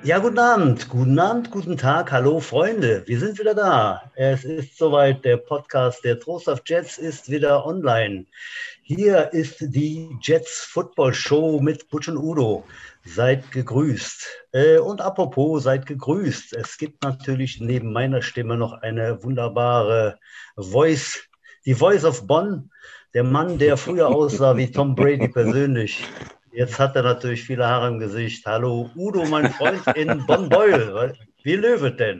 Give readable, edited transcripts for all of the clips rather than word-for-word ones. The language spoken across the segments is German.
Ja, guten Abend, guten Tag, hallo Freunde, wir sind wieder da. Es ist soweit, der Podcast der Trost auf Jets ist wieder online. Hier ist die Jets Football Show mit Butch und Udo. Seid gegrüßt. Und apropos, seid gegrüßt. Es gibt natürlich neben meiner Stimme noch eine wunderbare Voice, die Voice of Bonn, der Mann, der früher aussah wie Tom Brady persönlich. Jetzt hat er natürlich viele Haare im Gesicht. Hallo Udo, mein Freund in Bonn-Beuel. Wie löwet denn?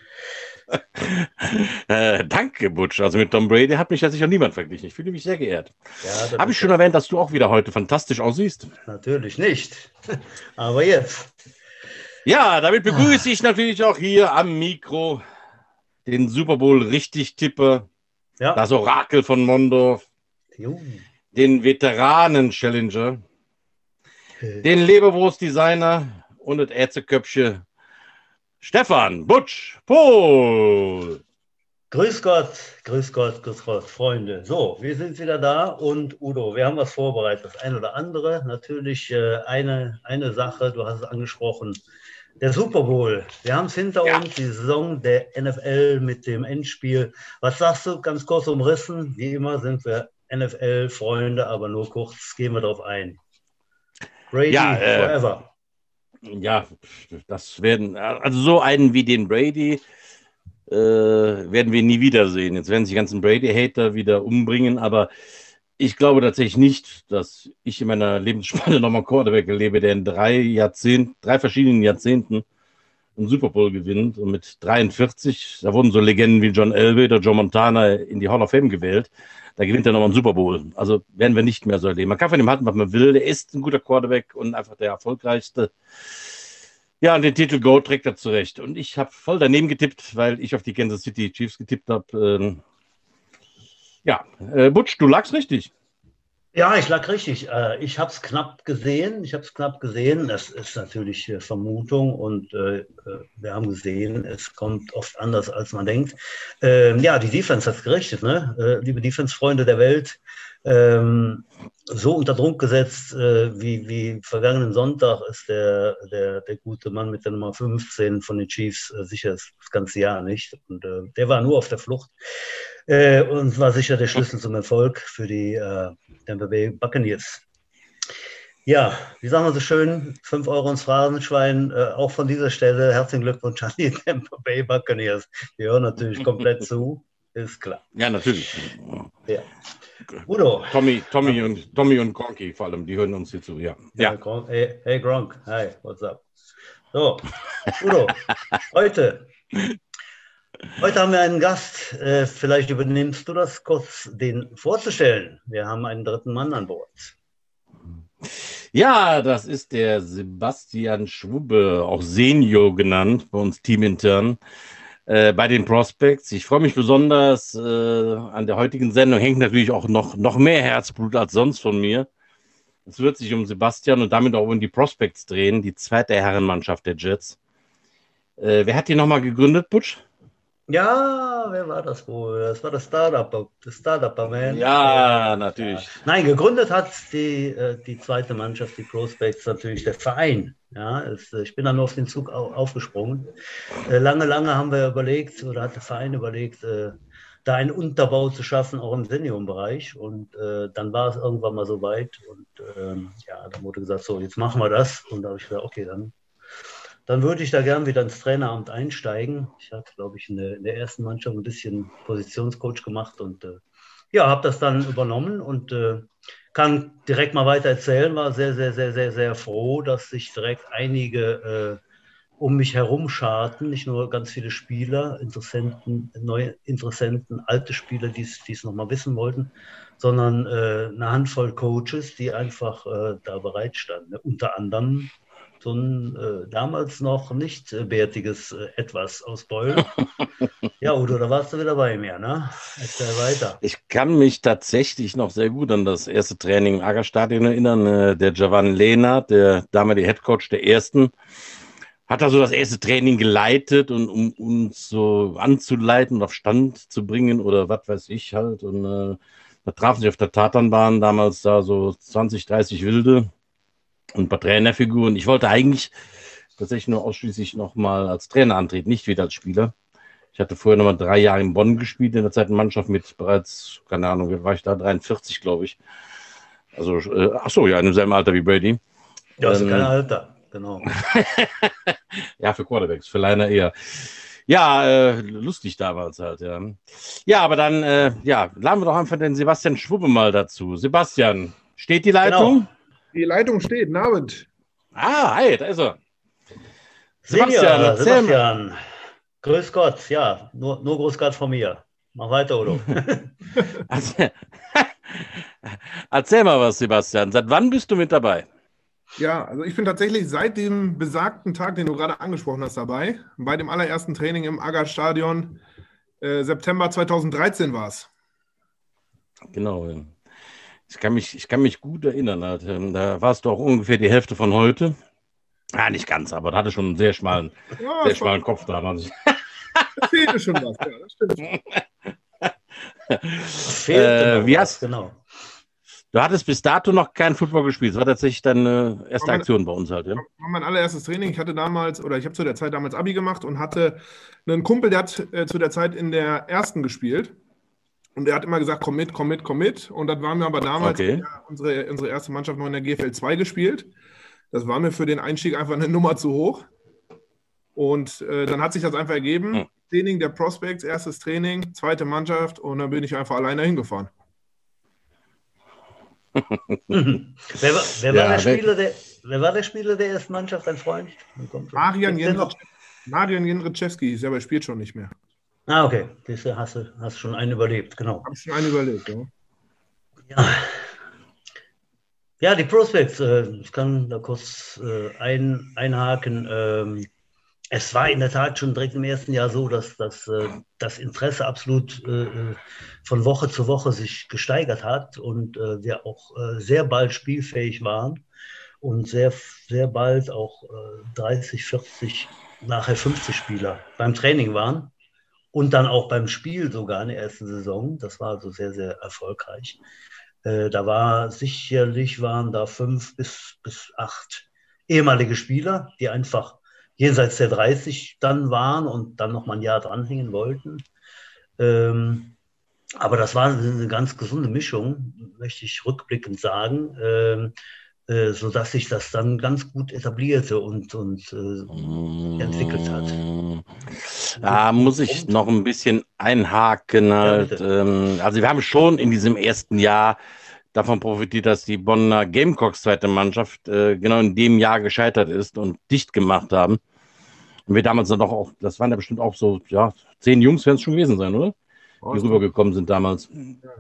Danke, Butch. Also mit Tom Brady hat mich ja sicher niemand verglichen. Ich fühle mich sehr geehrt. Ja, Habe ich schon erwähnt, dass du auch wieder heute fantastisch aussiehst? Natürlich nicht. Aber jetzt. Ja, damit begrüße ich natürlich auch hier am Mikro den Super Bowl richtig Tipper, Ja. das Orakel von Mondorf, Jo. den Veteranen-Challenger, den Leberwurst-Designer und das Ätzeköpfchen Stefan Butch Pohl. Grüß Gott, Freunde. So, wir sind wieder da und Udo, wir haben was vorbereitet. Das eine oder andere. Natürlich eine Sache, du hast es angesprochen, der Super Bowl. Wir haben es hinter uns, die Saison der NFL mit dem Endspiel. Was sagst du, ganz kurz umrissen? Wie immer sind wir NFL-Freunde, aber nur kurz gehen wir darauf ein. Brady forever. Ja, das werden, also so einen wie den Brady werden wir nie wiedersehen. Jetzt werden sich die ganzen Brady-Hater wieder umbringen, aber ich glaube tatsächlich nicht, dass ich in meiner Lebensspanne nochmal Quarterback erlebe, der in drei verschiedenen Jahrzehnten einen Super Bowl gewinnt. Und mit 43, da wurden so Legenden wie John Elway oder Joe Montana in die Hall of Fame gewählt. Da gewinnt er nochmal einen Super Bowl. Also werden wir nicht mehr so erleben. Man kann von ihm halten, was man will. Der ist ein guter Quarterback und einfach der erfolgreichste. Ja, und den Titel GOAT trägt er zurecht. Und ich habe voll daneben getippt, weil ich auf die Kansas City Chiefs getippt habe. Butch, du lagst richtig. Ja, ich lag richtig. Ich habe es knapp gesehen. Das ist natürlich Vermutung und wir haben gesehen, es kommt oft anders, als man denkt. Die Defense hat es gerichtet, ne? Liebe Defense-Freunde der Welt, so unter Druck gesetzt wie vergangenen Sonntag ist der gute Mann mit der Nummer 15 von den Chiefs sicher das ganze Jahr nicht. Und der war nur auf der Flucht und war sicher der Schlüssel zum Erfolg für die Tampa Bay Buccaneers. Ja, wie sagen wir so schön, 5 Euro ins Phrasenschwein, auch von dieser Stelle herzlichen Glückwunsch an die Tampa Bay Buccaneers. Wir hören natürlich komplett zu, ist klar. Ja, natürlich. Ja. Udo. Tommy und Gronky vor allem, die hören uns hier zu, ja. Gronk, hey Gronk, hi, what's up? So, Udo, heute haben wir einen Gast, vielleicht übernimmst du das kurz, den vorzustellen. Wir haben einen dritten Mann an Bord. Ja, das ist der Sebastian Schwubbe, auch Senior genannt, bei uns teamintern, bei den Prospects. Ich freue mich besonders an der heutigen Sendung, hängt natürlich auch noch mehr Herzblut als sonst von mir. Es wird sich um Sebastian und damit auch um die Prospects drehen, die zweite Herrenmannschaft der Jets. Wer hat die nochmal gegründet, Butch? Ja, wer war das wohl? Das war das Startup, man. Ja, natürlich. Ja. Nein, gegründet hat die zweite Mannschaft, die Prospects, natürlich der Verein. Ja, ich bin da nur auf den Zug aufgesprungen. Lange haben wir überlegt, oder hat der Verein überlegt, da einen Unterbau zu schaffen, auch im Seniorenbereich. Und dann war es irgendwann mal so weit. Und dann wurde gesagt, so, jetzt machen wir das. Und da habe ich gesagt, okay, dann würde ich da gern wieder ins Traineramt einsteigen. Ich habe, glaube ich, in der ersten Mannschaft ein bisschen Positionscoach gemacht und habe das dann übernommen und kann direkt mal weiter erzählen. War sehr, sehr, sehr, sehr, sehr froh, dass sich direkt einige um mich herum scharten, nicht nur ganz viele Spieler, neue Interessenten, alte Spieler, die es nochmal wissen wollten, sondern eine Handvoll Coaches, die einfach da bereit standen. Unter anderem so ein damals noch nicht bärtiges Etwas aus Beulen. Ja, Udo, da warst du wieder bei mir, ne? Erzähl weiter. Ich kann mich tatsächlich noch sehr gut an das erste Training im Aggerstadion erinnern. Der Javan Lehnert, der damalige Headcoach der ersten, hat da so das erste Training geleitet und um uns so anzuleiten und auf Stand zu bringen oder was weiß ich halt. Und da trafen sich auf der Tatanbahn damals da so 20, 30 Wilde und ein paar Trainerfiguren. Ich wollte eigentlich tatsächlich nur ausschließlich nochmal als Trainer antreten, nicht wieder als Spieler. Ich hatte vorher nochmal 3 Jahre in Bonn gespielt, in der zweiten Mannschaft mit bereits, keine Ahnung, wie war ich da? 43, glaube ich. Also, in demselben Alter wie Brady. Ja, ist kein Alter, genau. Ja, für Quarterbacks, für Liner eher. Ja, lustig damals halt, ja. Ja, aber dann, laden wir doch einfach den Sebastian Schwubbe mal dazu. Sebastian, steht die Leitung? Genau. Die Leitung steht, guten Abend. Ah, hi, da ist er. Sebastian, grüß Gott, ja, nur grüß Gott von mir. Mach weiter, Udo. Erzähl mal was, Sebastian. Seit wann bist du mit dabei? Ja, also ich bin tatsächlich seit dem besagten Tag, den du gerade angesprochen hast, dabei. Bei dem allerersten Training im Agger-Stadion, September 2013 war es. Genau. Ich kann mich gut erinnern. Halt. Da warst du auch ungefähr die Hälfte von heute. Ja, nicht ganz, aber da hatte schon einen sehr schmalen Kopf damals. Da fehlte schon was, ja, das stimmt. Genau. Du hattest bis dato noch kein Football gespielt. Das war tatsächlich deine erste Aktion bei uns halt, ja? War mein allererstes Training. Ich habe zu der Zeit damals Abi gemacht und hatte einen Kumpel, der hat zu der Zeit in der ersten gespielt. Und der hat immer gesagt, komm mit. Und dann waren wir aber damals unsere erste Mannschaft noch in der GFL 2 gespielt. Das war mir für den Einstieg einfach eine Nummer zu hoch. Und dann hat sich das einfach ergeben. Training der Prospects, erstes Training, zweite Mannschaft und dann bin ich einfach alleine hingefahren. Wer war der Spieler der ersten Mannschaft, dein Freund? Marian Jendrzejewski ist, aber er spielt schon nicht mehr. Ah, okay. Hast schon einen überlebt, genau. Habe schon einen überlebt, ja. Ja, die Prospects, ich kann da kurz einhaken. Es war in der Tat schon direkt im ersten Jahr so, dass das Interesse absolut von Woche zu Woche sich gesteigert hat und wir auch sehr bald spielfähig waren und sehr, sehr bald auch 30, 40, nachher 50 Spieler beim Training waren und dann auch beim Spiel sogar in der ersten Saison. Das war also sehr, sehr erfolgreich. Waren da 5 bis 8 ehemalige Spieler, die einfach jenseits der 30 dann waren und dann noch mal ein Jahr dranhängen wollten. Aber das war eine ganz gesunde Mischung, möchte ich rückblickend sagen, sodass sich das dann ganz gut etablierte und entwickelt hat. Da muss ich noch ein bisschen einhaken. Halt. Also wir haben schon in diesem ersten Jahr davon profitiert, dass die Bonner Gamecocks zweite Mannschaft genau in dem Jahr gescheitert ist und dicht gemacht haben. Und wir damals dann auch, das waren ja bestimmt auch so, 10 Jungs werden es schon gewesen sein, oder? Die rübergekommen sind damals.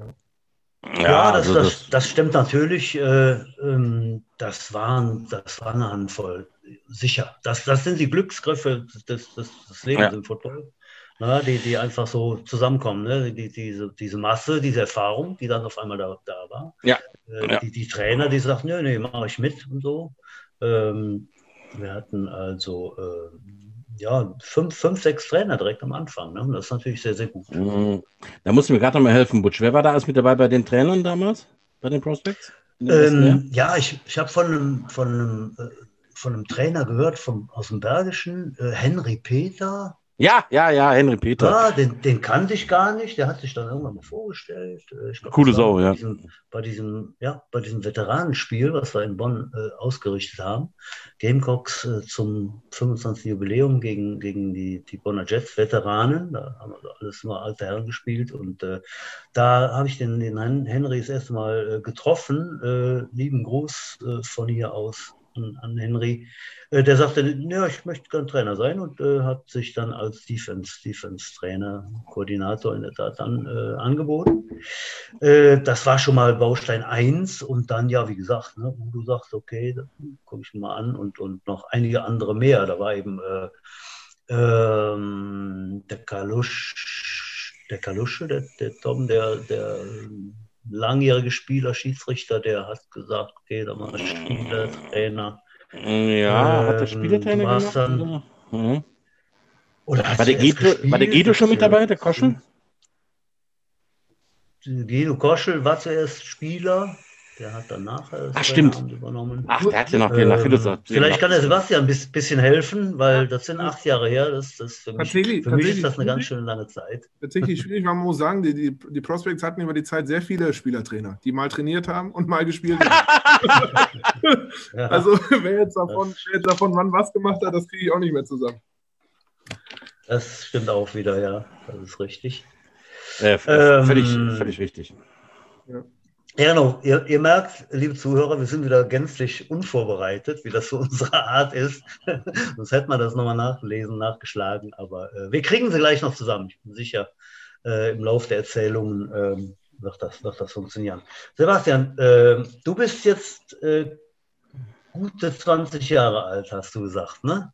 Das stimmt natürlich. Das war eine Handvoll. Sicher. Das sind die Glücksgriffe des Lebens im Football. Na, die einfach so zusammenkommen, ne? Diese Masse, diese Erfahrung, die dann auf einmal da war. Ja. Die Trainer, die sagten, nee, mache ich mit und so. Wir hatten also 5, 6 Trainer direkt am Anfang. Ne? Und das ist natürlich sehr, sehr gut. Da musst du mir gerade noch mal helfen, Butch. Wer war da alles mit dabei bei den Trainern damals? Bei den Prospects? Ich habe von einem Trainer gehört, aus dem Bergischen, Henry Peter. Ja, Henry Peter. Ja, den kannte ich gar nicht. Der hat sich dann irgendwann mal vorgestellt. Coole Sau, ja. Bei diesem Veteranenspiel, was wir in Bonn ausgerichtet haben. Gamecocks zum 25. Jubiläum gegen die Bonner Jets Veteranen. Da haben wir alles nur alte Herren gespielt. Und da habe ich den Henry das erste Mal getroffen. Lieben Gruß von hier aus an Henry. Der sagte, ich möchte gerne Trainer sein und hat sich dann als Defense-Trainer, Koordinator in der Tat dann angeboten. Das war schon mal Baustein 1 und dann, wie gesagt, ne, du sagst, okay, da gucke ich mal an und noch einige andere mehr. Da war eben der Kalusche, der Tom, der langjährige Spieler, Schiedsrichter, der hat gesagt, okay, da mache ich Spielertrainer. Ja, hat der Spielertrainer gemacht? Dann, war der Guido schon mit dabei, der Koschel? Guido Koschel war zuerst Spieler. Der hat danach das stimmt. übernommen. Ach, der hat ja noch nach Philippsburg. Vielleicht kann der Sebastian ein bisschen helfen, weil das sind 8 Jahre her. Das für mich ist das eine ganz schön lange Zeit. Tatsächlich schwierig, man muss sagen, die Prospects hatten über die Zeit sehr viele Spielertrainer, die mal trainiert haben und mal gespielt haben. Ja. Also wer jetzt davon wann was gemacht hat, das kriege ich auch nicht mehr zusammen. Das stimmt auch wieder, ja. Das ist richtig. Völlig richtig. Ja. Ja, genau. Ihr merkt, liebe Zuhörer, wir sind wieder gänzlich unvorbereitet, wie das so unsere Art ist. Sonst hätte man das nochmal nachgeschlagen. Aber wir kriegen sie gleich noch zusammen. Ich bin sicher, im Laufe der Erzählungen wird das funktionieren. Sebastian, du bist jetzt gute 20 Jahre alt, hast du gesagt, ne?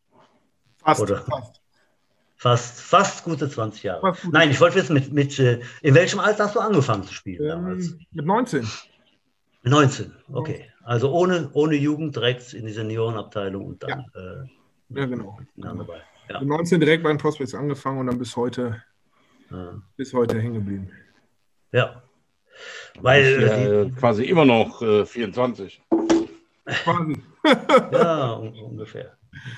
Fast gute 20 Jahre. Nein, ich wollte wissen, in welchem Alter hast du angefangen zu spielen damals? Mit 19. Mit 19, okay. Also ohne Jugend direkt in die Seniorenabteilung und dann. Ja, genau. Dabei. Ja. Mit 19 direkt bei den Prospects angefangen und dann bis heute hängen geblieben. Ja. Weil quasi immer noch 24. Quasi. Ja, ungefähr.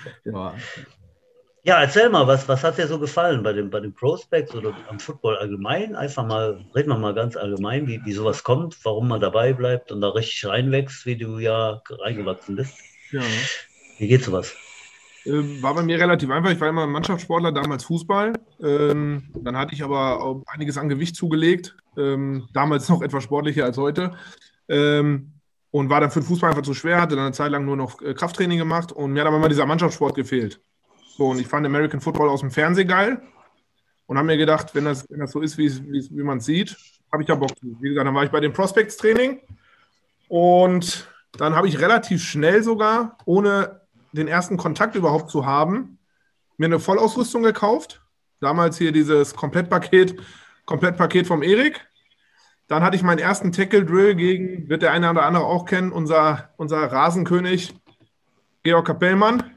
Ja, erzähl mal, was hat dir so gefallen bei den Prospects oder am Football allgemein? Reden wir mal ganz allgemein, wie sowas kommt, warum man dabei bleibt und da richtig reinwächst, wie du ja reingewachsen bist. Ja. Wie geht sowas? War bei mir relativ einfach. Ich war immer Mannschaftssportler, damals Fußball. Dann hatte ich aber auch einiges an Gewicht zugelegt. Damals noch etwas sportlicher als heute. Und war dann für den Fußball einfach zu schwer, hatte dann eine Zeit lang nur noch Krafttraining gemacht und mir hat aber immer dieser Mannschaftssport gefehlt. So, und ich fand American Football aus dem Fernsehen geil und habe mir gedacht, wenn das so ist, wie man es sieht, habe ich da Bock drauf. Wie gesagt, dann war ich bei dem Prospects-Training und dann habe ich relativ schnell sogar, ohne den ersten Kontakt überhaupt zu haben, mir eine Vollausrüstung gekauft. Damals hier dieses Komplettpaket vom Erik. Dann hatte ich meinen ersten Tackle-Drill gegen, wird der eine oder andere auch kennen, unser Rasenkönig Georg Kapellmann.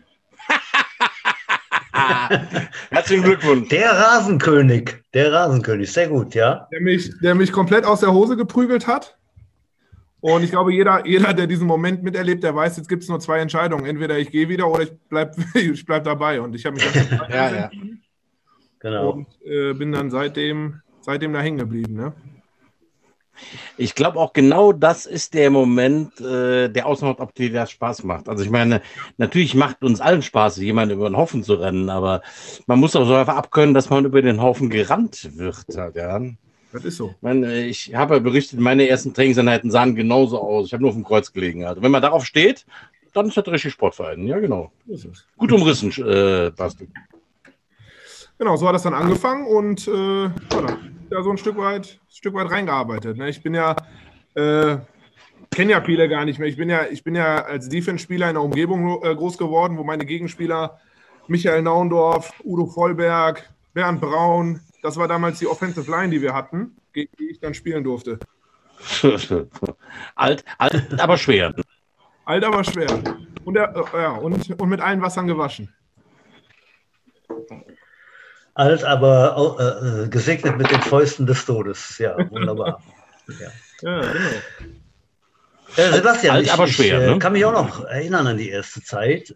Herzlichen Glückwunsch. Der Rasenkönig, sehr gut, ja. Der mich komplett aus der Hose geprügelt hat. Und ich glaube, jeder, der diesen Moment miterlebt, der weiß, jetzt gibt es nur 2 Entscheidungen. Entweder ich gehe wieder oder ich bleib dabei. Und ich habe mich dann entschieden. Genau. Und bin dann seitdem da hängen geblieben, ne? Ich glaube auch genau das ist der Moment, der ausmacht, ob dir das Spaß macht. Also ich meine, natürlich macht uns allen Spaß, jemanden über den Haufen zu rennen, aber man muss auch so einfach abkönnen, dass man über den Haufen gerannt wird. Ja. Das ist so. Ich habe ja berichtet, meine ersten Trainingseinheiten sahen genauso aus. Ich habe nur auf dem Kreuz gelegen. Also wenn man darauf steht, dann ist das richtig Sportverein. Ja, genau. Gut umrissen, Basti. Genau, so hat das dann angefangen und da so ein Stück weit reingearbeitet. Ne? Ich bin ja, kenne ja viele gar nicht mehr. Ich bin ja als Defense-Spieler in der Umgebung groß geworden, wo meine Gegenspieler Michael Naundorf, Udo Vollberg, Bernd Braun, das war damals die Offensive Line, die wir hatten, gegen die ich dann spielen durfte. Alt, aber schwer. Alt, aber schwer. Und mit allen Wassern gewaschen. Alt, aber gesegnet mit den Fäusten des Todes. Ja, wunderbar. Ja, genau. Sebastian, alt, aber schwer, ich kann mich auch noch erinnern an die erste Zeit.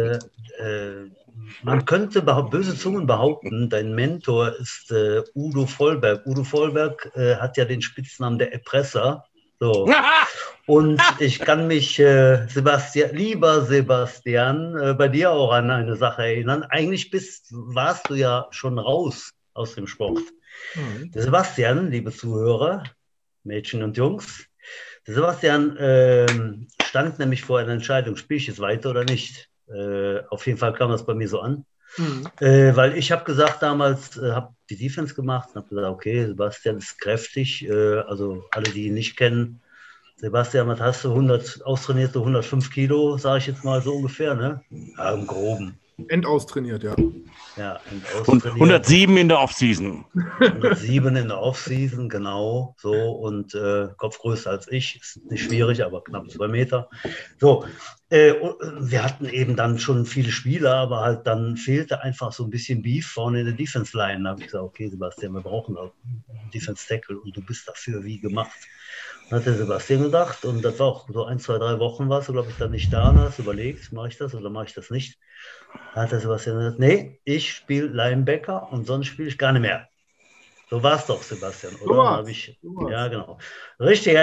Man könnte böse Zungen behaupten, dein Mentor ist Udo Vollberg. Udo Vollberg hat ja den Spitznamen der Erpresser. So. Und ich kann mich, lieber Sebastian, bei dir auch an eine Sache erinnern. Eigentlich warst du ja schon raus aus dem Sport. Mhm. Der Sebastian, liebe Zuhörer, Mädchen und Jungs, der Sebastian stand nämlich vor einer Entscheidung, spiele ich jetzt weiter oder nicht? Auf jeden Fall kam das bei mir so an. Mhm. Weil ich habe gesagt damals, habe die Defense gemacht und habe gesagt, okay, Sebastian ist kräftig, also alle, die ihn nicht kennen. Sebastian, was hast du, austrainierte 105 Kilo, sage ich jetzt mal so ungefähr, ne? Ja, im Groben. Endaustrainiert, ja. Ja, und 107 in der Offseason. 107 in der Offseason, genau. So, und Kopf größer als ich, ist nicht schwierig, aber knapp 2 Meter. So, wir hatten eben dann schon viele Spieler, aber halt dann fehlte einfach so ein bisschen Beef vorne in der Defense-Line. Da habe ich gesagt, okay, Sebastian, wir brauchen auch einen Defense-Tackle und du bist dafür wie gemacht. Hat der Sebastian gedacht und das war auch so 1, 2, 3 Wochen warst du, glaube ich, dann nicht da und hast überlegt, mache ich das oder mache ich das nicht? Da hat der Sebastian gesagt, nee, ich spiele Linebacker und sonst spiele ich gar nicht mehr. So war es doch, Sebastian, oder? So Dann habe war's. ich, So war's. ja, genau. Richtiger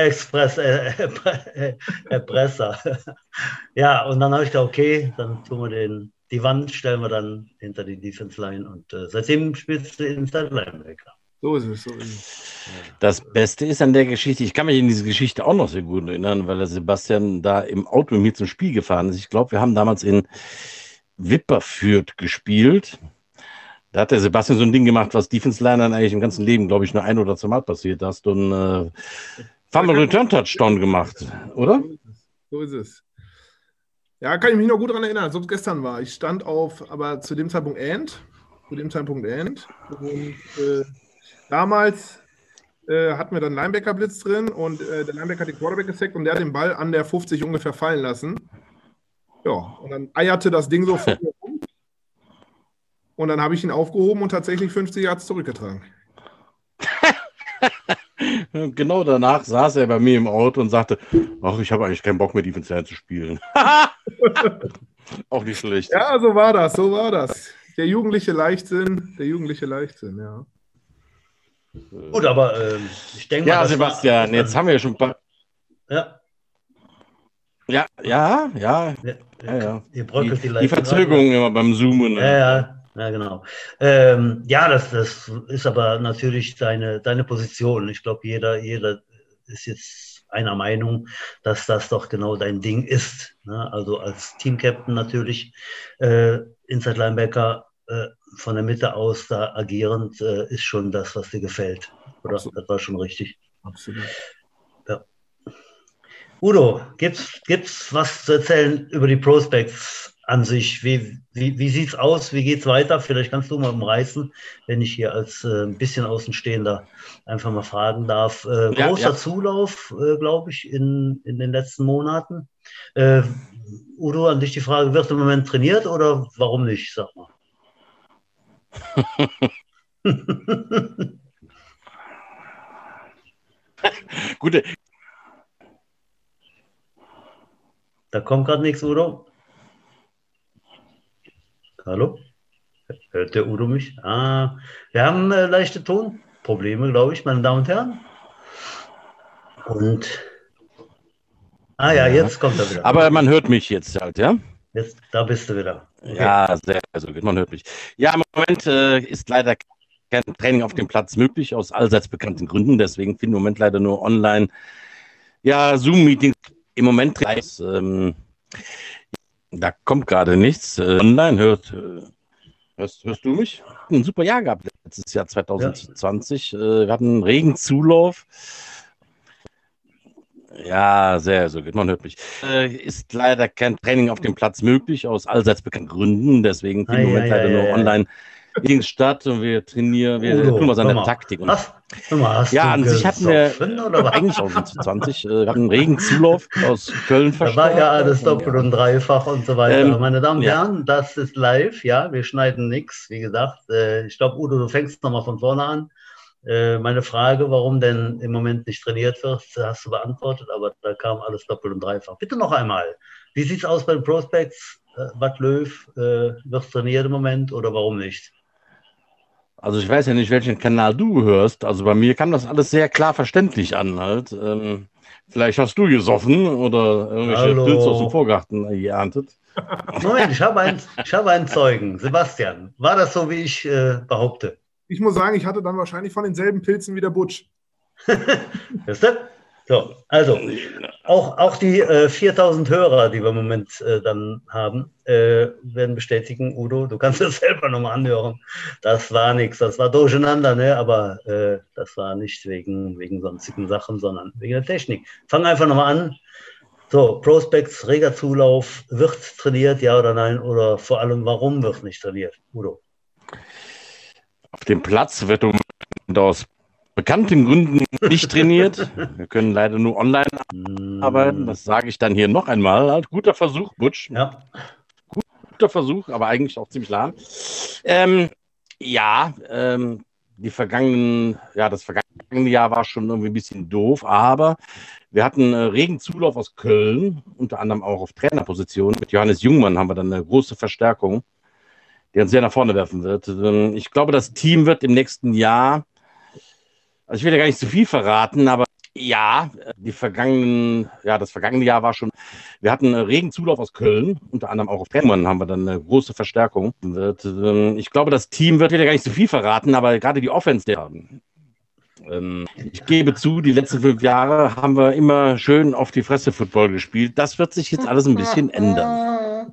Erpresser. Ja, und dann habe ich gedacht, okay, dann tun wir die Wand stellen wir dann hinter die Defense Line und seitdem spielst du Inside Linebacker. So ist es, so ist es. Das Beste ist an der Geschichte, ich kann mich in diese Geschichte auch noch sehr gut erinnern, weil der Sebastian da im Auto mit mir zum Spiel gefahren ist. Ich glaube, wir haben damals in Wipperfürth gespielt. Da hat der Sebastian so ein Ding gemacht, was Defense-Linern eigentlich im ganzen Leben, glaube ich, nur 1 oder 2 Mal passiert. Da hast du einen Fumble-Return-Touchdown gemacht, oder? So ist es. Ja, kann ich mich noch gut daran erinnern, als ob es gestern war. Ich stand auf, aber zu dem Zeitpunkt End. Und damals hatten wir dann Linebacker-Blitz drin und der Linebacker hat den Quarterback gesackt und der hat den Ball an der 50 ungefähr fallen lassen. Ja, und dann eierte das Ding so vor mir rum. Und dann habe ich ihn aufgehoben und tatsächlich 50 Yards zurückgetragen. Genau danach saß er bei mir im Auto und sagte, ach, ich habe eigentlich keinen Bock mehr, Defense Line zu spielen. Auch nicht schlecht. Ja, so war das. Der jugendliche Leichtsinn, ja. Gut, aber ich denke Ja, mal, Sebastian, jetzt haben wir ja schon ein paar... Ja. Ja. Ihr bröckelt die Die Verzögerung immer beim Zoomen. Ja, genau. Ja, das ist aber natürlich deine Position. Ich glaube, jeder ist jetzt einer Meinung, dass das doch genau dein Ding ist. Ne? Also als Team-Captain natürlich, Inside Linebacker von der Mitte aus da agierend, ist schon das, was dir gefällt. Oder? Absolut. Das war schon richtig. Absolut. Ja. Udo, gibt's was zu erzählen über die Prospects an sich? Wie sieht's aus? Wie geht's weiter? Vielleicht kannst du mal umreißen, wenn ich hier als ein bisschen Außenstehender einfach mal fragen darf. Großer Zulauf, glaube ich, in den letzten Monaten. Udo, an dich die Frage, wird im Moment trainiert oder warum nicht? Sag mal. Gute. Da kommt gerade nichts, Udo. Hallo? Hört der Udo mich? Wir haben leichte Tonprobleme, glaube ich, meine Damen und Herren. Und jetzt kommt er wieder. Aber man hört mich jetzt halt, ja? Jetzt, da bist du wieder. Okay. Ja, sehr gut, man hört mich. Ja, im Moment ist leider kein Training auf dem Platz möglich, aus allseits bekannten Gründen. Deswegen finden wir im Moment leider nur online, Zoom-Meetings. Im Moment da kommt gerade nichts. Online hörst du mich? Ein super Jahr gehabt letztes Jahr 2020. Ja. Wir hatten einen regen Zulauf. Ja, sehr gut, man hört mich. Ist leider kein Training auf dem Platz möglich, aus allseits bekannten Gründen. Deswegen finden wir im Moment leider nur online Meetings statt und wir trainieren, wir tun was an der Taktik. Und an sich hatten wir eigentlich auch 2020 hatten einen regen Zulauf aus Köln verstanden. Da war ja alles doppelt und dreifach und so weiter. Meine Damen und Herren, das ist live, wir schneiden nichts. Wie gesagt, ich glaube, Udo, du fängst nochmal von vorne an. Meine Frage, warum denn im Moment nicht trainiert wird, hast du beantwortet, aber da kam alles doppelt und dreifach. Bitte noch einmal, wie sieht es aus bei den Prospects? Bad Löw, wird trainiert im Moment oder warum nicht? Also ich weiß ja nicht, welchen Kanal du hörst. Also bei mir kam das alles sehr klar verständlich an halt. Vielleicht hast du gesoffen oder irgendwelche Pilze aus dem Vorgarten geerntet. Moment, ich habe einen Zeugen. Sebastian, war das so, wie ich behaupte? Ich muss sagen, ich hatte dann wahrscheinlich von denselben Pilzen wie der Butch. Weißt du? So, also auch die 4000 Hörer, die wir im Moment dann haben, werden bestätigen, Udo, du kannst das selber nochmal anhören. Das war nichts, das war durcheinander, ne? Aber das war nicht wegen sonstigen Sachen, sondern wegen der Technik. Fang einfach nochmal an. So, Prospects, reger Zulauf, wird trainiert, ja oder nein? Oder vor allem, warum wird nicht trainiert, Udo? Auf dem Platz wird aus bekannten Gründen nicht trainiert. Wir können leider nur online arbeiten. Das sage ich dann hier noch einmal. Guter Versuch, Butch. Ja. Guter Versuch, aber eigentlich auch ziemlich lahm. das vergangene Jahr war schon irgendwie ein bisschen doof, aber wir hatten regen Zulauf aus Köln, unter anderem auch auf Trainerposition. Mit Johannes Jungmann haben wir dann eine große Verstärkung, die uns sehr nach vorne werfen wird. Ich glaube, das Team wird im nächsten Jahr, also ich will ja gar nicht zu viel verraten, aber ja, das vergangene Jahr war schon, wir hatten regen Zulauf aus Köln, unter anderem auch auf Trainermann haben wir dann eine große Verstärkung. Ich glaube, das Team wird ja gar nicht zu viel verraten, aber gerade die Offense, ich gebe zu, die letzten 5 Jahre haben wir immer schön auf die Fresse Football gespielt. Das wird sich jetzt alles ein bisschen ändern.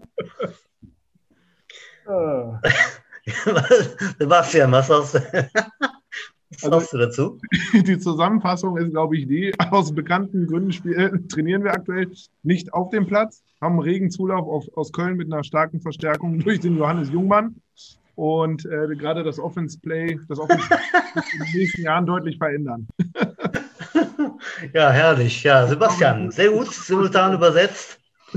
Sebastian, was sagst du dazu? Die Zusammenfassung ist, glaube ich, die: Aus bekannten Gründen trainieren wir aktuell nicht auf dem Platz, haben regen Zulauf aus Köln mit einer starken Verstärkung durch den Johannes Jungmann und gerade das Offense-Play, das wird in den nächsten Jahren deutlich verändern. Ja, herrlich. Ja, Sebastian, sehr gut, simultan übersetzt.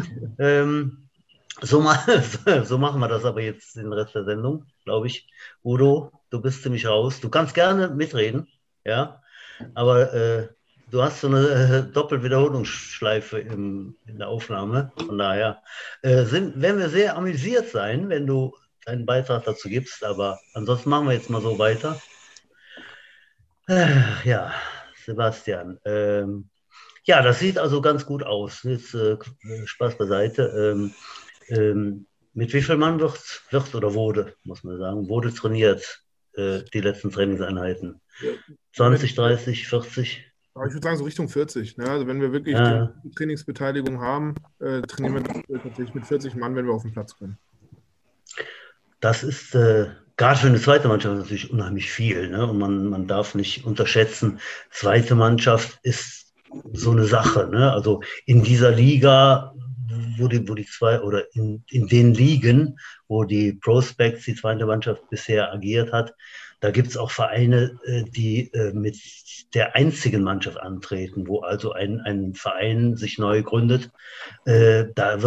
So machen wir das aber jetzt den Rest der Sendung, glaube ich. Udo, du bist ziemlich raus. Du kannst gerne mitreden, ja, aber du hast so eine Doppelwiederholungsschleife in der Aufnahme. Von daher werden wir sehr amüsiert sein, wenn du einen Beitrag dazu gibst, aber ansonsten machen wir jetzt mal so weiter. Ja, Sebastian. Ja, das sieht also ganz gut aus. Jetzt Spaß beiseite. Mit wie viel Mann wurde trainiert, die letzten Trainingseinheiten? 20, 30, 40? Ich würde sagen, so Richtung 40. Ne? Also wenn wir wirklich die Trainingsbeteiligung haben, trainieren wir tatsächlich mit 40 Mann, wenn wir auf den Platz kommen. Das ist gerade für eine zweite Mannschaft natürlich unheimlich viel. Ne? Und man darf nicht unterschätzen, zweite Mannschaft ist so eine Sache. Ne? Also in dieser Liga, wo die zwei oder in den Ligen, wo die Prospects, die zweite Mannschaft bisher agiert hat, da gibt es auch Vereine, die mit der einzigen Mannschaft antreten, wo also ein Verein sich neu gründet. Da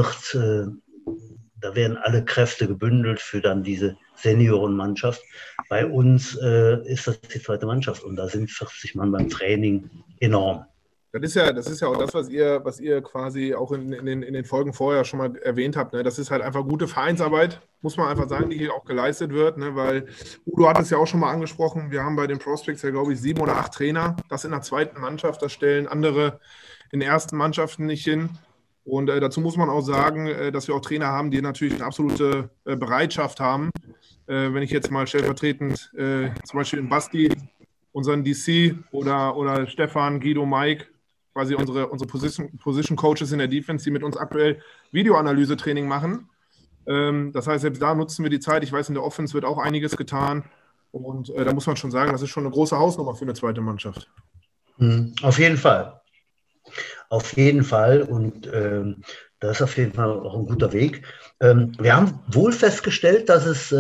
werden alle Kräfte gebündelt für dann diese Seniorenmannschaft. Bei uns ist das die zweite Mannschaft und da sind 40 Mann beim Training enorm. Das ist ja auch das, was ihr quasi auch in den Folgen vorher schon mal erwähnt habt. Ne? Das ist halt einfach gute Vereinsarbeit, muss man einfach sagen, die hier auch geleistet wird. Ne? Weil Udo hat es ja auch schon mal angesprochen, wir haben bei den Prospects ja, glaube ich, 7 oder 8 Trainer. Das in der zweiten Mannschaft, das stellen andere in ersten Mannschaften nicht hin. Und dazu muss man auch sagen, dass wir auch Trainer haben, die natürlich eine absolute Bereitschaft haben. Wenn ich jetzt mal stellvertretend zum Beispiel in Basti, unseren DC oder Stefan, Guido, Mike, quasi unsere Position Coaches in der Defense, die mit uns aktuell Videoanalyse-Training machen. Das heißt, selbst da nutzen wir die Zeit. Ich weiß, in der Offense wird auch einiges getan. Und da muss man schon sagen, das ist schon eine große Hausnummer für eine zweite Mannschaft. Auf jeden Fall. Auf jeden Fall. Und das ist auf jeden Fall auch ein guter Weg. Wir haben wohl festgestellt, dass es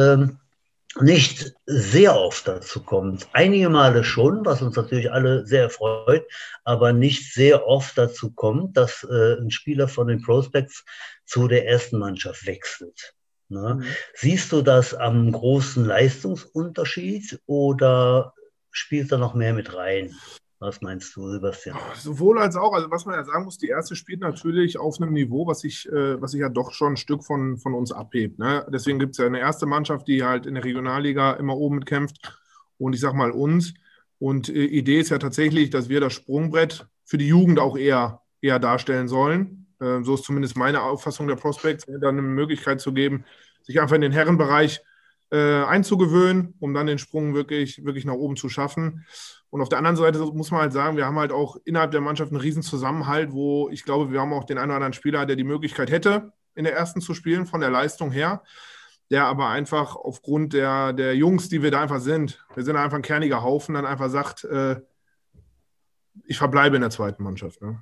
nicht sehr oft dazu kommt. Einige Male schon, was uns natürlich alle sehr freut, aber nicht sehr oft dazu kommt, dass ein Spieler von den Prospects zu der ersten Mannschaft wechselt. Ne? Mhm. Siehst du das am großen Leistungsunterschied oder spielt da noch mehr mit rein? Was meinst du, Sebastian? Sowohl als auch. Also was man ja sagen muss, die erste spielt natürlich auf einem Niveau, was sich ja doch schon ein Stück von uns abhebt. Ne? Deswegen gibt es ja eine erste Mannschaft, die halt in der Regionalliga immer oben mitkämpft. Und ich sag mal uns. Und Idee ist ja tatsächlich, dass wir das Sprungbrett für die Jugend auch eher darstellen sollen. So ist zumindest meine Auffassung der Prospects, dann eine Möglichkeit zu geben, sich einfach in den Herrenbereich einzugewöhnen, um dann den Sprung wirklich nach oben zu schaffen. Und auf der anderen Seite muss man halt sagen, wir haben halt auch innerhalb der Mannschaft einen riesen Zusammenhalt, wo ich glaube, wir haben auch den einen oder anderen Spieler, der die Möglichkeit hätte, in der ersten zu spielen, von der Leistung her, der aber einfach aufgrund der Jungs, die wir da einfach sind, wir sind einfach ein kerniger Haufen, dann einfach sagt, ich verbleibe in der zweiten Mannschaft. Ne?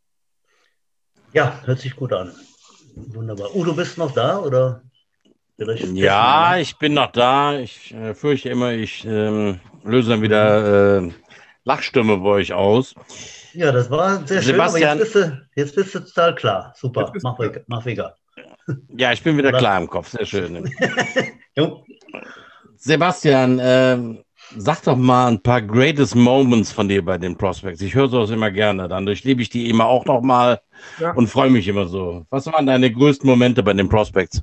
Ja, hört sich gut an. Wunderbar. Udo, bist du noch da, oder? Ja, ich bin noch da. Ich fürchte immer, ich löse dann wieder Lachstimme bei euch aus. Ja, das war sehr Sebastian, schön, aber jetzt bist du total klar. Super, mach wieder. Ja, ich bin wieder klar im Kopf, sehr schön. Sebastian, Sag doch mal ein paar greatest Moments von dir bei den Prospects. Ich höre sowas immer gerne. Dann durchlebe ich die immer auch noch mal und freue mich immer so. Was waren deine größten Momente bei den Prospects?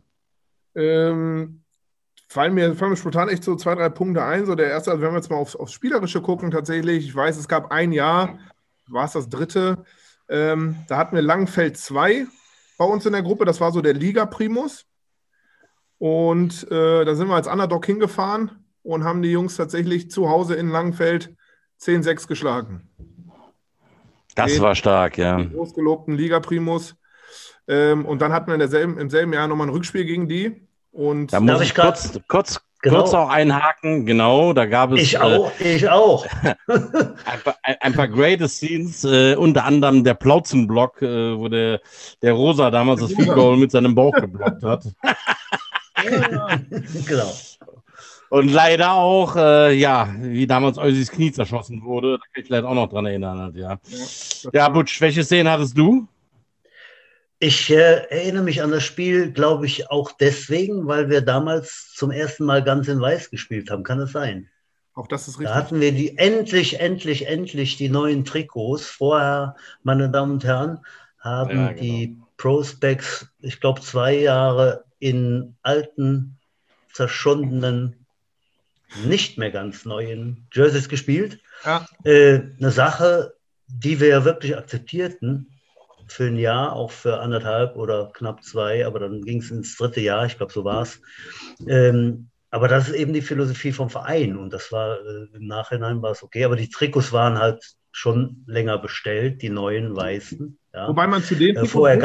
Fallen mir spontan echt so 2, 3 Punkte ein. So der erste, also wenn wir jetzt mal aufs Spielerische gucken, tatsächlich, ich weiß, es gab ein Jahr, war es das dritte, da hatten wir Langenfeld 2 bei uns in der Gruppe, das war so der Liga-Primus. Und da sind wir als Underdog hingefahren und haben die Jungs tatsächlich zu Hause in Langenfeld 10-6 geschlagen. Das war stark, ja. Den großgelobten Liga-Primus. Und dann hatten wir im selben Jahr nochmal ein Rückspiel gegen die. Und da muss ich kurz auch einhaken. Genau, da gab es. Ich auch. ein paar greatest Scenes, unter anderem der Plauzenblock, wo der Rosa damals das Field Goal mit seinem Bauch geblockt hat. Ja, genau. Und leider auch, wie damals Eusis Knie zerschossen wurde. Da kann ich vielleicht auch noch dran erinnern. Halt, ja, Butch, welche Szenen hattest du? Ich erinnere mich an das Spiel, glaube ich, auch deswegen, weil wir damals zum ersten Mal ganz in Weiß gespielt haben. Kann es sein? Auch das ist richtig. Da hatten wir die endlich die neuen Trikots. Vorher, meine Damen und Herren, haben die Prospects, ich glaube, 2 Jahre in alten, zerschundenen, nicht mehr ganz neuen Jerseys gespielt. Ja. Eine Sache, die wir ja wirklich akzeptierten, für ein Jahr, auch für 1,5 oder knapp 2, aber dann ging es ins 3. Jahr, ich glaube, so war es. Aber das ist eben die Philosophie vom Verein und das war, im Nachhinein war es okay, aber die Trikots waren halt schon länger bestellt, die neuen weißen. Ja. Wobei man zu denen vorher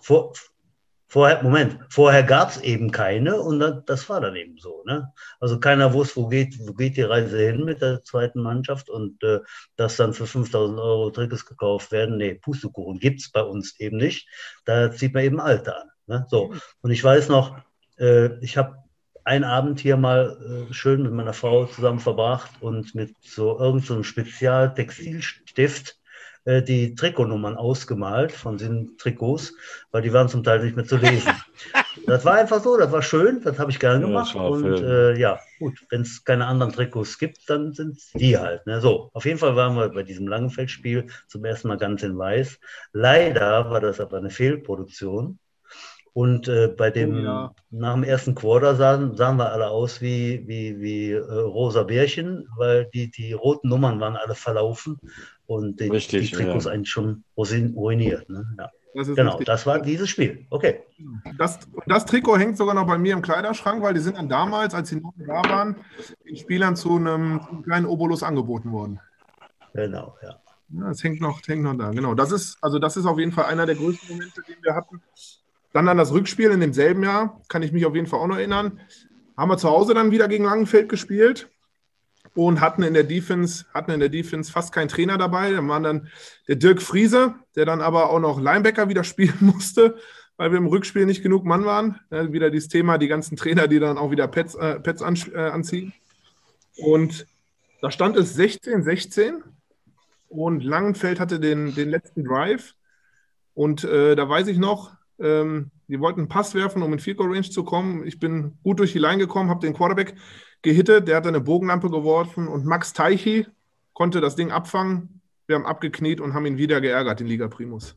gab es eben keine und das war dann eben so. Ne? Also keiner wusste, wo geht die Reise hin mit der zweiten Mannschaft und dass dann für 5.000 € Trikots gekauft werden. Nee, Pustekuchen gibt es bei uns eben nicht. Da zieht man eben Alte an. Ne? So. Und ich weiß noch, ich habe einen Abend hier mal schön mit meiner Frau zusammen verbracht und mit so irgendeinem Spezialtextilstift die Trikotnummern ausgemalt von den Trikots, weil die waren zum Teil nicht mehr zu lesen. Das war einfach so, das war schön, das habe ich gerne gemacht. Und gut, wenn es keine anderen Trikots gibt, dann sind es die halt. Ne? So, auf jeden Fall waren wir bei diesem Langenfeldspiel zum ersten Mal ganz in Weiß. Leider war das aber eine Fehlproduktion. Und nach dem ersten Quarter sahen wir alle aus wie rosa Bärchen, weil die roten Nummern waren alle verlaufen und die Trikots eigentlich schon ruiniert. Ne? Ja. Das war dieses Spiel. Okay. Das Trikot hängt sogar noch bei mir im Kleiderschrank, weil die sind dann damals, als die noch da waren, den Spielern zu einem kleinen Obolus angeboten worden. Genau, ja. Ja, das hängt noch da, genau. Das ist auf jeden Fall einer der größten Momente, den wir hatten. Dann an das Rückspiel in demselben Jahr, kann ich mich auf jeden Fall auch noch erinnern, haben wir zu Hause dann wieder gegen Langenfeld gespielt und hatten in der Defense fast keinen Trainer dabei. Da war dann der Dirk Friese, der dann aber auch noch Linebacker wieder spielen musste, weil wir im Rückspiel nicht genug Mann waren. Ja, wieder dieses Thema, die ganzen Trainer, die dann auch wieder Pads anziehen. Und da stand es 16-16 und Langenfeld hatte den letzten Drive. Und da weiß ich noch, die wollten einen Pass werfen, um in Field Goal Range zu kommen. Ich bin gut durch die Line gekommen, habe den Quarterback gehittet, der hat eine Bogenlampe geworfen und Max Teichi konnte das Ding abfangen. Wir haben abgekniet und haben ihn wieder geärgert, den Liga Primus.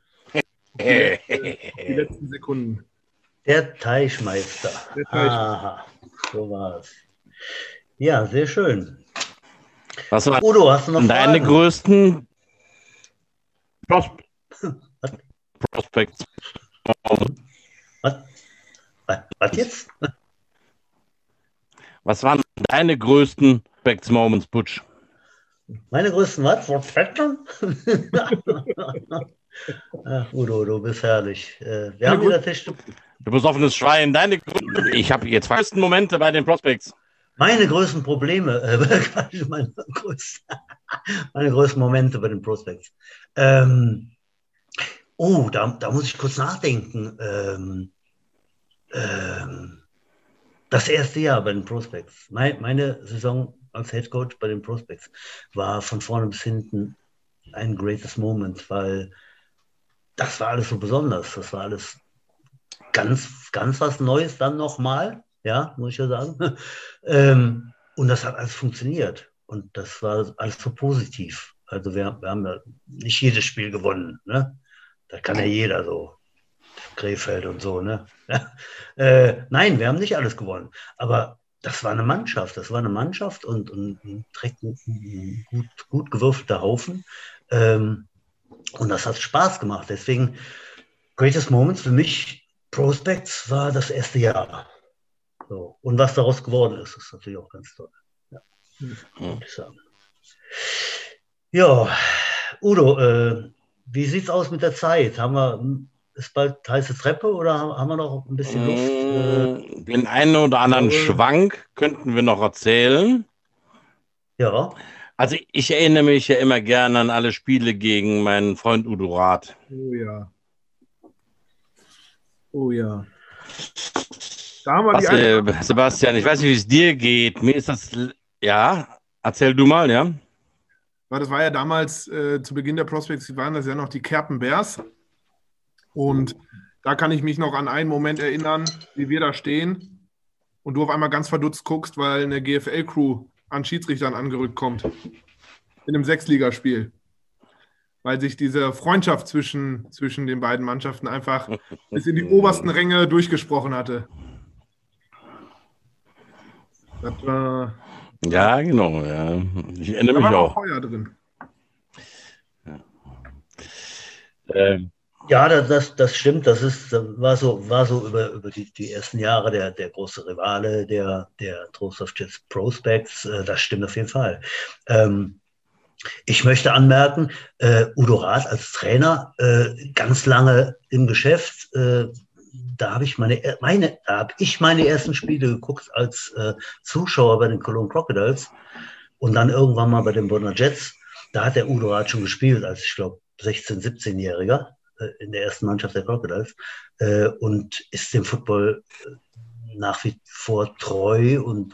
Die letzten Sekunden. Der Teichmeister. Aha, so war es. Ja, sehr schön. Was war Udo, hast du noch deine Fragen? größten Prospects? Was jetzt? Was waren deine größten Prospects Moments, Butch? Meine größten was? Ach, Udo, du bist herrlich. Wir haben wieder Tisch. Du bist offenes Schwein. Ich habe jetzt größten Momente bei den Prospects. Meine größten Probleme, meine größten Momente bei den Prospects. Da muss ich kurz nachdenken. Das erste Jahr bei den Prospects. Meine Saison als Headcoach bei den Prospects war von vorne bis hinten ein greatest Moment, weil das war alles so besonders. Das war alles ganz, ganz was Neues dann nochmal. Ja, muss ich ja sagen. Und das hat alles funktioniert. Und das war alles so positiv. Also wir haben ja nicht jedes Spiel gewonnen. Ne? Das kann ja jeder so. Krefeld und so. Ne? Nein, wir haben nicht alles gewonnen. Aber das war eine Mannschaft. Das war eine Mannschaft und direkt ein gut gewürfelter Haufen. Und das hat Spaß gemacht. Deswegen, Greatest Moments für mich, Prospects, war das erste Jahr. So. Und was daraus geworden ist, ist natürlich auch ganz toll. Ja, würde ich sagen. Ja, Udo, wie sieht es aus mit der Zeit? Ist bald heiße Treppe oder haben wir noch ein bisschen Luft? Den einen oder anderen Schwank könnten wir noch erzählen. Ja. Also ich erinnere mich ja immer gerne an alle Spiele gegen meinen Freund Udo Rath. Oh ja. Oh ja. Da haben wir Sebastian, ich weiß nicht, wie es dir geht. Mir ist das... Ja, erzähl du mal, ja? Das war ja damals, zu Beginn der Prospects, waren das ja noch die Kerpen Bears. Und da kann ich mich noch an einen Moment erinnern, wie wir da stehen und du auf einmal ganz verdutzt guckst, weil eine GFL-Crew an Schiedsrichtern angerückt kommt. In einem Sechsligaspiel. Weil sich diese Freundschaft zwischen den beiden Mannschaften einfach bis in die obersten Ränge durchgesprochen hatte. Das war... Ja, genau. Ja. Ich erinnere mich auch. Da war Feuer drin. Ja, das stimmt. Das war so über die ersten Jahre der große Rivale der Trostorf Jets Prospects. Das stimmt auf jeden Fall. Ich möchte anmerken, Udo Rath als Trainer ganz lange im Geschäft. Da habe ich meine ersten Spiele geguckt als Zuschauer bei den Cologne Crocodiles und dann irgendwann mal bei den Bonner Jets. Da hat der Udo Rath schon gespielt, als ich glaube 16-, 17-Jähriger in der ersten Mannschaft der Crocodiles und ist dem Football nach wie vor treu und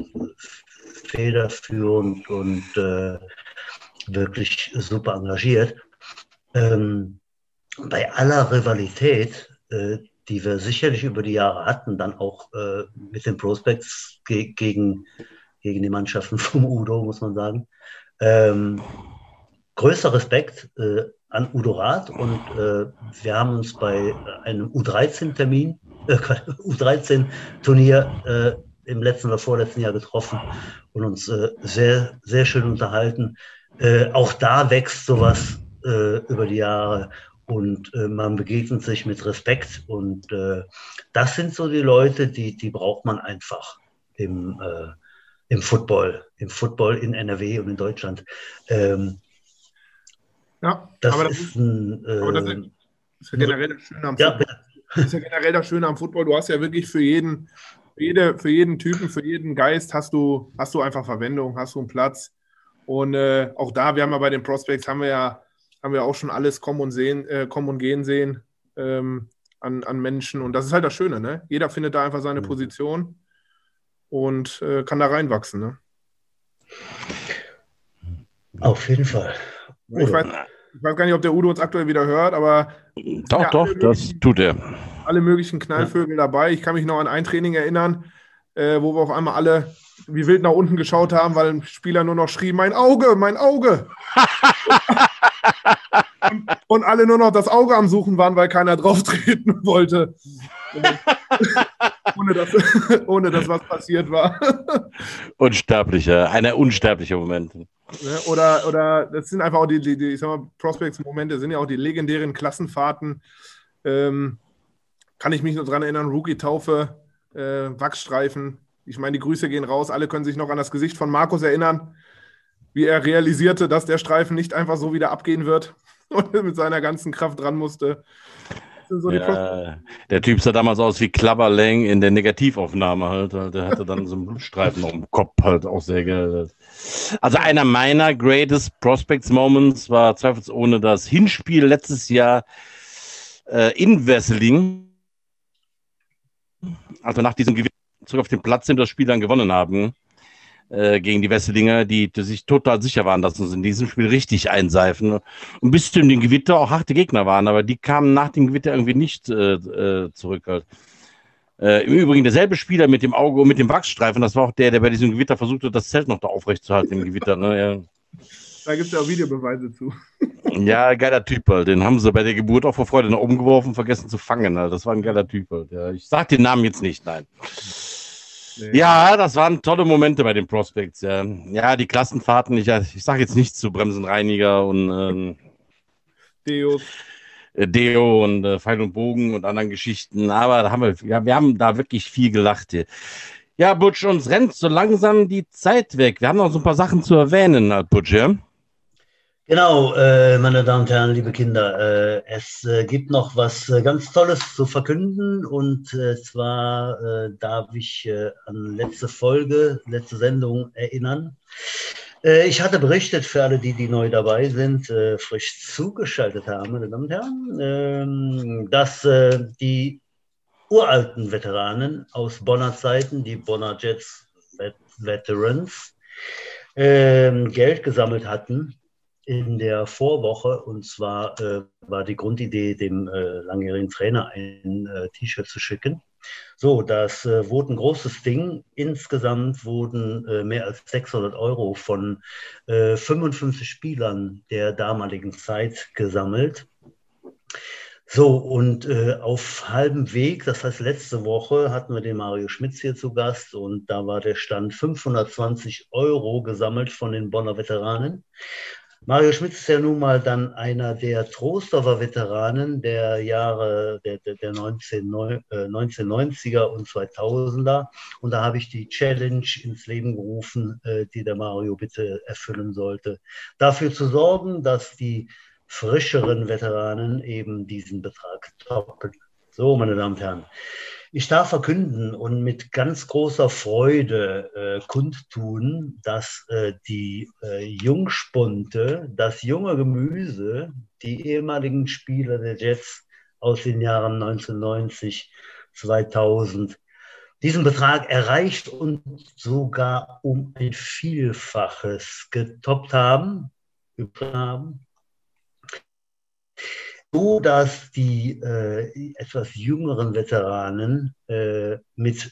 federführend und wirklich super engagiert. Bei aller Rivalität, die wir sicherlich über die Jahre hatten, dann auch mit den Prospects gegen die Mannschaften vom Udo, muss man sagen. Größter Respekt an Udo Rath und wir haben uns bei einem U13-Turnier im letzten oder vorletzten Jahr getroffen und uns sehr, sehr schön unterhalten. Auch da wächst sowas über die Jahre und man begegnet sich mit Respekt und das sind so die Leute, die braucht man einfach im Football in NRW und in Deutschland. Ja, das aber ist ja generell das Schöne am Football. Das ist ja generell das Schöne am Football. Du hast ja wirklich für jeden Typen, für jeden Geist hast du einfach Verwendung, hast du einen Platz. Und auch da, wir haben ja bei den Prospects, haben wir auch schon alles kommen und gehen sehen an Menschen. Und das ist halt das Schöne, ne? Jeder findet da einfach seine Position und kann da reinwachsen, ne? Auf jeden Fall. Ich weiß gar nicht, ob der Udo uns aktuell wieder hört, aber... Doch, das tut er. Alle möglichen Knallvögel dabei. Ich kann mich noch an ein Training erinnern, wo wir auf einmal alle wie wild nach unten geschaut haben, weil ein Spieler nur noch schrie, mein Auge, mein Auge. und alle nur noch das Auge am Suchen waren, weil keiner drauf treten wollte. ohne dass was passiert war. Ein unsterblicher Moment. Oder das sind einfach auch die ich sag mal, Prospects-Momente, sind ja auch die legendären Klassenfahrten. Kann ich mich noch dran erinnern, Rookie-Taufe, Wachsstreifen. Ich meine, die Grüße gehen raus. Alle können sich noch an das Gesicht von Markus erinnern, wie er realisierte, dass der Streifen nicht einfach so wieder abgehen wird und mit seiner ganzen Kraft dran musste. So der Typ sah damals aus wie Klapperlang in der Negativaufnahme halt. Der hatte dann so einen Blutstreifen auf dem Kopf halt, auch sehr geil. Also einer meiner greatest Prospects Moments war zweifelsohne das Hinspiel letztes Jahr in Wesseling. Also nach diesem Gewinn zurück auf den Platz sind, das Spiel dann gewonnen haben gegen die Wesselinger, die sich total sicher waren, dass uns in diesem Spiel richtig einseifen. Und bis zu dem Gewitter auch harte Gegner waren, aber die kamen nach dem Gewitter irgendwie nicht zurück. Halt. Im Übrigen derselbe Spieler mit dem Auge und mit dem Wachsstreifen, das war auch der bei diesem Gewitter versucht hat, das Zelt noch da aufrechtzuerhalten im Gewitter. Ne? Ja. Da gibt es ja auch Videobeweise zu. Ja, geiler Typ halt. Den haben sie bei der Geburt auch vor Freude nach oben geworfen, vergessen zu fangen. Halt. Das war ein geiler Typ halt. Ja. Ich sag den Namen jetzt nicht, nein. Nee. Ja, das waren tolle Momente bei den Prospects. Ja, ja, die Klassenfahrten, ich sage jetzt nichts zu Bremsenreiniger und Deo und Pfeil und Bogen und anderen Geschichten, aber da wir haben da wirklich viel gelacht hier. Ja, Butch, uns rennt so langsam die Zeit weg. Wir haben noch so ein paar Sachen zu erwähnen, Butch, ja? Genau, meine Damen und Herren, liebe Kinder, es gibt noch was ganz Tolles zu verkünden und zwar darf ich an letzte Sendung erinnern. Ich hatte berichtet für alle, die neu dabei sind, frisch zugeschaltet haben, meine Damen und Herren, dass die uralten Veteranen aus Bonner Zeiten, die Bonner Jets Veterans, Geld gesammelt hatten in der Vorwoche, und zwar war die Grundidee, dem langjährigen Trainer ein T-Shirt zu schicken. So, das wurde ein großes Ding. Insgesamt wurden mehr als 600 € von 55 Spielern der damaligen Zeit gesammelt. So, und auf halbem Weg, das heißt letzte Woche, hatten wir den Mario Schmitz hier zu Gast und da war der Stand 520 € gesammelt von den Bonner Veteranen. Mario Schmitz ist ja nun mal dann einer der Troisdorfer Veteranen der Jahre der 1990er und 2000er. Und da habe ich die Challenge ins Leben gerufen, die der Mario bitte erfüllen sollte. Dafür zu sorgen, dass die frischeren Veteranen eben diesen Betrag toppen. So, meine Damen und Herren. Ich darf verkünden und mit ganz großer Freude kundtun, dass die Jungspunte, das junge Gemüse, die ehemaligen Spieler der Jets aus den Jahren 1990, 2000, diesen Betrag erreicht und sogar um ein Vielfaches getoppt haben, so dass die etwas jüngeren Veteranen mit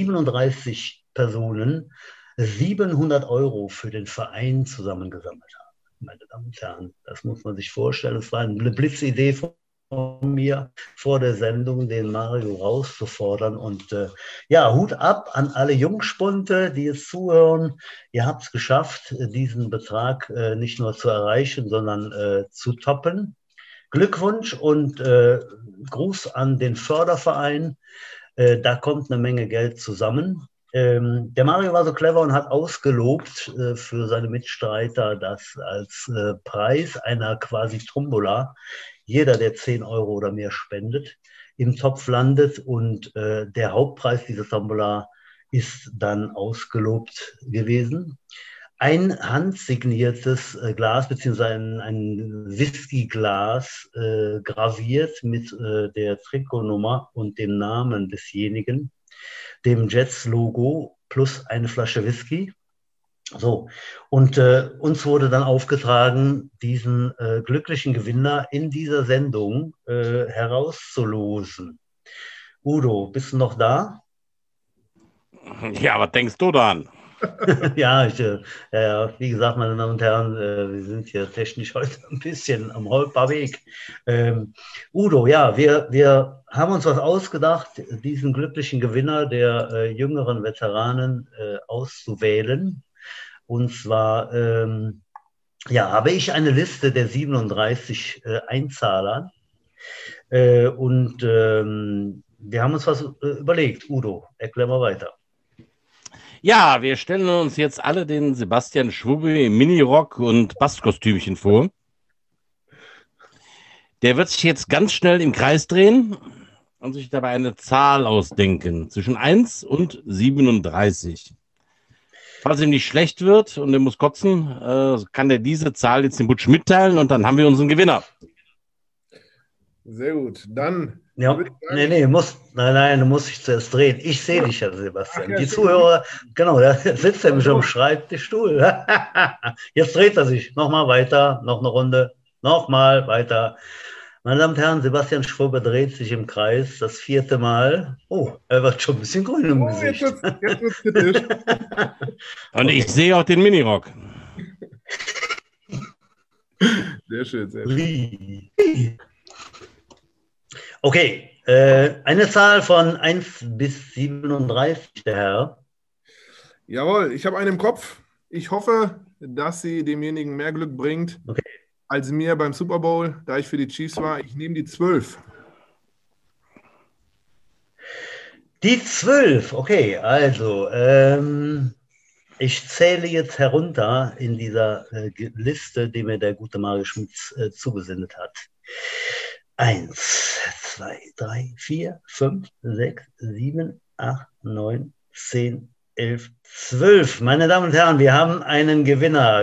37 Personen 700 € für den Verein zusammengesammelt haben. Meine Damen und Herren, das muss man sich vorstellen. Es war eine Blitzidee von mir vor der Sendung, den Mario rauszufordern. Und ja, Hut ab an alle Jungspunte, die jetzt zuhören. Ihr habt es geschafft, diesen Betrag nicht nur zu erreichen, sondern zu toppen. Glückwunsch und Gruß an den Förderverein. Da kommt eine Menge Geld zusammen. Der Mario war so clever und hat ausgelobt für seine Mitstreiter, dass als Preis einer quasi Tombola jeder, der 10 € oder mehr spendet, im Topf landet. Und der Hauptpreis dieser Tombola ist dann ausgelobt gewesen. Ein handsigniertes Glas, beziehungsweise ein Whiskyglas, graviert mit der Trikotnummer und dem Namen desjenigen, dem Jets-Logo plus eine Flasche Whisky. So, und uns wurde dann aufgetragen, diesen glücklichen Gewinner in dieser Sendung herauszulosen. Udo, bist du noch da? Ja, was denkst du dann? Ja, wie gesagt, meine Damen und Herren, wir sind hier technisch heute ein bisschen am Holperweg. Udo, ja, wir haben uns was ausgedacht, diesen glücklichen Gewinner der jüngeren Veteranen auszuwählen. Und zwar habe ich eine Liste der 37 Einzahlern und wir haben uns was überlegt. Udo, erklär mal weiter. Ja, wir stellen uns jetzt alle den Sebastian Schwubi im Minirock und Bastkostümchen vor. Der wird sich jetzt ganz schnell im Kreis drehen und sich dabei eine Zahl ausdenken, zwischen 1 und 37. Falls ihm nicht schlecht wird und er muss kotzen, kann er diese Zahl jetzt dem Butch mitteilen und dann haben wir unseren Gewinner. Sehr gut, dann... Ja, du musst dich zuerst drehen. Ich sehe dich ja, Sebastian. Die Zuhörer, genau, da sitzt er nämlich am Schreibtischstuhl. Jetzt dreht er sich. Nochmal weiter, noch eine Runde, nochmal weiter. Meine Damen und Herren, Sebastian Schwuppe dreht sich im Kreis das 4. Mal. Oh, er wird schon ein bisschen grün im Gesicht. Jetzt wird's kritisch. Und ich sehe auch den Minirock. Sehr schön, sehr schön. Okay, eine Zahl von 1 bis 37, der Herr. Jawohl, ich habe einen im Kopf. Ich hoffe, dass sie demjenigen mehr Glück bringt als mir beim Super Bowl, da ich für die Chiefs war. Ich nehme die 12. Die 12, okay, also ich zähle jetzt herunter in dieser Liste, die mir der gute Mario Schmitz zugesendet hat. 1, 2, 3, 4, 5, 6, 7, 8, 9, 10, 11, 12. Meine Damen und Herren, wir haben einen Gewinner.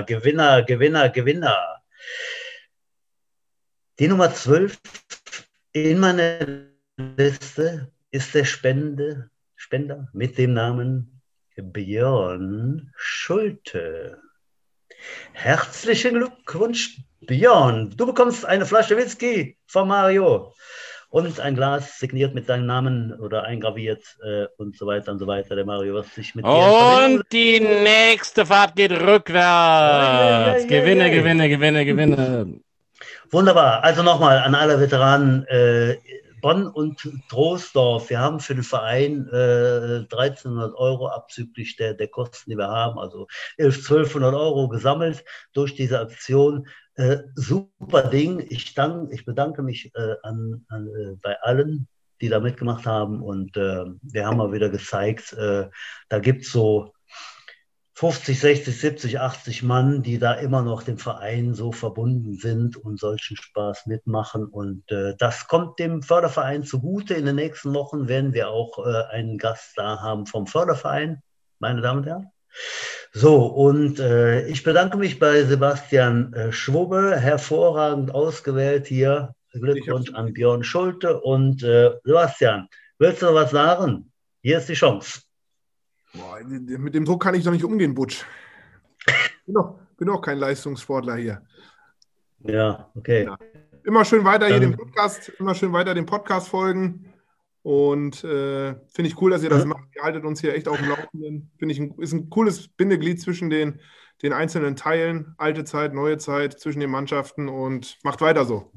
Die Nummer 12 in meiner Liste ist der Spender mit dem Namen Björn Schulte. Herzlichen Glückwunsch, Björn. Du bekommst eine Flasche Whisky von Mario und ein Glas signiert mit deinem Namen oder eingraviert und so weiter und so weiter. Der Mario wird sich mit dir Und die nächste Fahrt geht rückwärts. Gewinne. Wunderbar. Also nochmal an alle Veteranen Bonn und Troisdorf. Wir haben für den Verein 1.300 € abzüglich der Kosten, die wir haben, also 1.200 € gesammelt durch diese Aktion. Super Ding. Ich bedanke mich bei allen, die da mitgemacht haben. Und wir haben mal wieder gezeigt, da gibt es so 50, 60, 70, 80 Mann, die da immer noch dem Verein so verbunden sind und solchen Spaß mitmachen. Und das kommt dem Förderverein zugute. In den nächsten Wochen werden wir auch einen Gast da haben vom Förderverein, meine Damen und Herren. So, und ich bedanke mich bei Sebastian Schwuppe, hervorragend ausgewählt hier. Glückwunsch an Björn Schulte. Und Sebastian, willst du noch was sagen? Hier ist die Chance. Boah, mit dem Druck kann ich doch nicht umgehen, Butsch. Bin auch kein Leistungssportler hier. Ja, okay. Ja. Immer schön weiter hier den Podcast folgen. Und finde ich cool, dass ihr das macht. Ihr haltet uns hier echt auf dem Laufenden. Finde ich, ist ein cooles Bindeglied zwischen den einzelnen Teilen. Alte Zeit, neue Zeit, zwischen den Mannschaften und macht weiter so.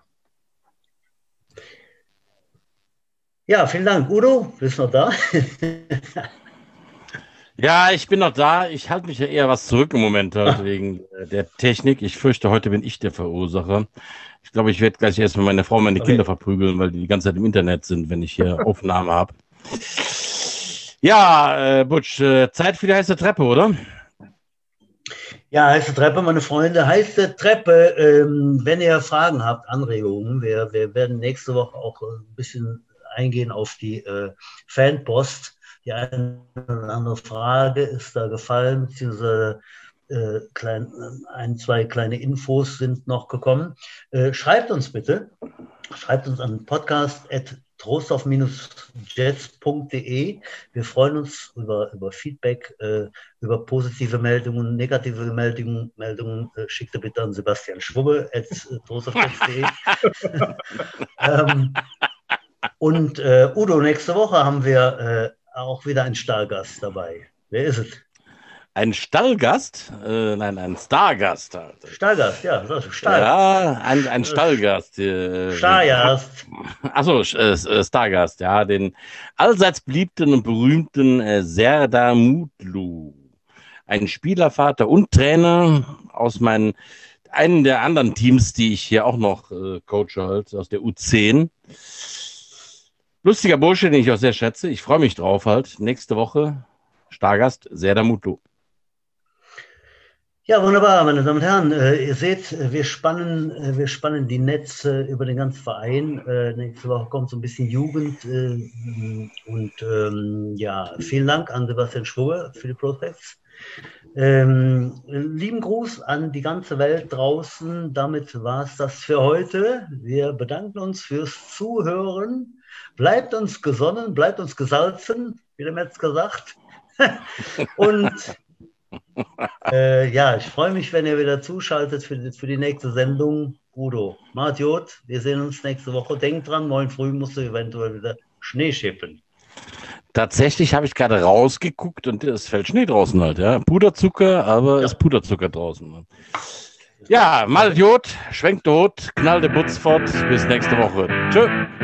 Ja, vielen Dank. Udo, bist du noch da? Ja, ich bin noch da. Ich halte mich ja eher was zurück im Moment halt wegen der Technik. Ich fürchte, heute bin ich der Verursacher. Ich glaube, ich werde gleich erstmal meine Frau und meine Kinder verprügeln, weil die ganze Zeit im Internet sind, wenn ich hier Aufnahme habe. Ja, Butsch, Zeit für die heiße Treppe, oder? Ja, heiße Treppe, meine Freunde. Heiße Treppe, wenn ihr Fragen habt, Anregungen, wir werden nächste Woche auch ein bisschen eingehen auf die Fanpost. Die eine oder andere Frage ist da gefallen, beziehungsweise ein, zwei kleine Infos sind noch gekommen. Schreibt uns bitte, schreibt uns an podcast@troisdorf-jets.de. Wir freuen uns über Feedback, über positive Meldungen, negative Meldungen. Schickt ihr bitte an Sebastian Schwuppe @troisdorf.de. Und Udo, nächste Woche haben wir auch wieder einen Stargast dabei. Wer ist es? Ein Stallgast? Nein, ein Stargast. Stargast, ja. Ja, ein Stallgast. Stargast. Achso, Stargast, ja. Den allseits beliebten und berühmten Serdar Mutlu. Ein Spielervater und Trainer aus einem der anderen Teams, die ich hier auch noch coache, halt, aus der U10. Lustiger Bursche, den ich auch sehr schätze. Ich freue mich drauf halt. Nächste Woche Stargast Serdar Mutlu. Ja, wunderbar, meine Damen und Herren. Ihr seht, wir spannen die Netze über den ganzen Verein. Nächste Woche kommt so ein bisschen Jugend. Ja, vielen Dank an Sebastian Schwuppe für die Prospects. Lieben Gruß an die ganze Welt draußen. Damit war es das für heute. Wir bedanken uns fürs Zuhören. Bleibt uns gesonnen, bleibt uns gesalzen, wie der Metzger sagt. Und ja, ich freue mich, wenn ihr wieder zuschaltet für die nächste Sendung. Udo, mach's gut. Wir sehen uns nächste Woche. Denk dran, morgen früh musst du eventuell wieder Schnee schippen. Tatsächlich habe ich gerade rausgeguckt und es fällt Schnee draußen halt, ja. Puderzucker, aber es ist Puderzucker draußen. Ja, mal Jod, schwenkt tot, knall de Butz fort. Bis nächste Woche. Tschö.